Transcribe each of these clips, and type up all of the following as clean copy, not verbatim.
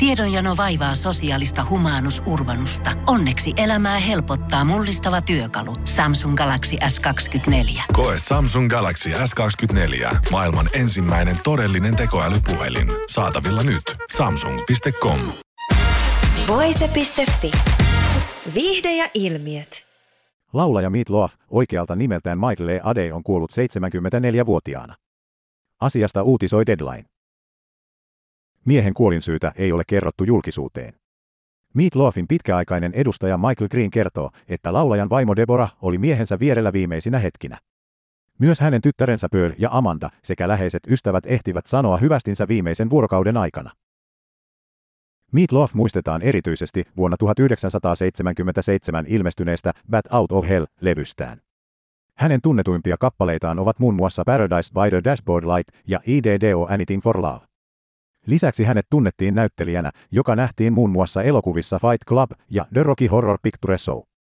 Tiedonjano vaivaa sosiaalista humanus urbanusta. Onneksi elämää helpottaa mullistava työkalu. Samsung Galaxy S24. Koe Samsung Galaxy S24. Maailman ensimmäinen todellinen tekoälypuhelin. Saatavilla nyt. Samsung.com. Voise.fi. Viihde ja ilmiöt. Laulaja Meat Loaf, oikealta nimeltään Michael E. Adey, on kuollut 74-vuotiaana. Asiasta uutisoi Deadline. Miehen kuolinsyytä ei ole kerrottu julkisuuteen. Meat Loafin pitkäaikainen edustaja Michael Green kertoo, että laulajan vaimo Deborah oli miehensä vierellä viimeisinä hetkinä. Myös hänen tyttärensä Pearl ja Amanda sekä läheiset ystävät ehtivät sanoa hyvästinsä viimeisen vuorokauden aikana. Meat Loaf muistetaan erityisesti vuonna 1977 ilmestyneestä Bat Out of Hell-levystään. Hänen tunnetuimpia kappaleitaan ovat muun muassa Paradise by the Dashboard Light ja EDDO Anything for Love. Lisäksi hänet tunnettiin näyttelijänä, joka nähtiin muun muassa elokuvissa Fight Club ja The Rocky Horror Picture Show.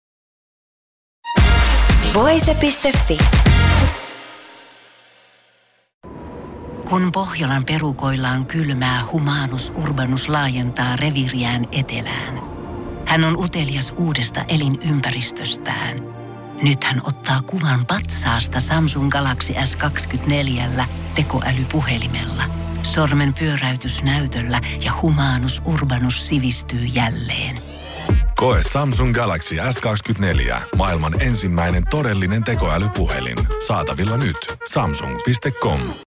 Voise.fi. Kun Pohjolan perukoillaan kylmää, humanus urbanus laajentaa reviiriään etelään. Hän on utelias uudesta elinympäristöstään. Nyt hän ottaa kuvan patsaasta Samsung Galaxy S24 tekoälypuhelimella. Sormen pyöräytys näytöllä ja humanus urbanus sivistyy jälleen. Koe Samsung Galaxy S24. Maailman ensimmäinen todellinen tekoälypuhelin. Saatavilla nyt. Samsung.com.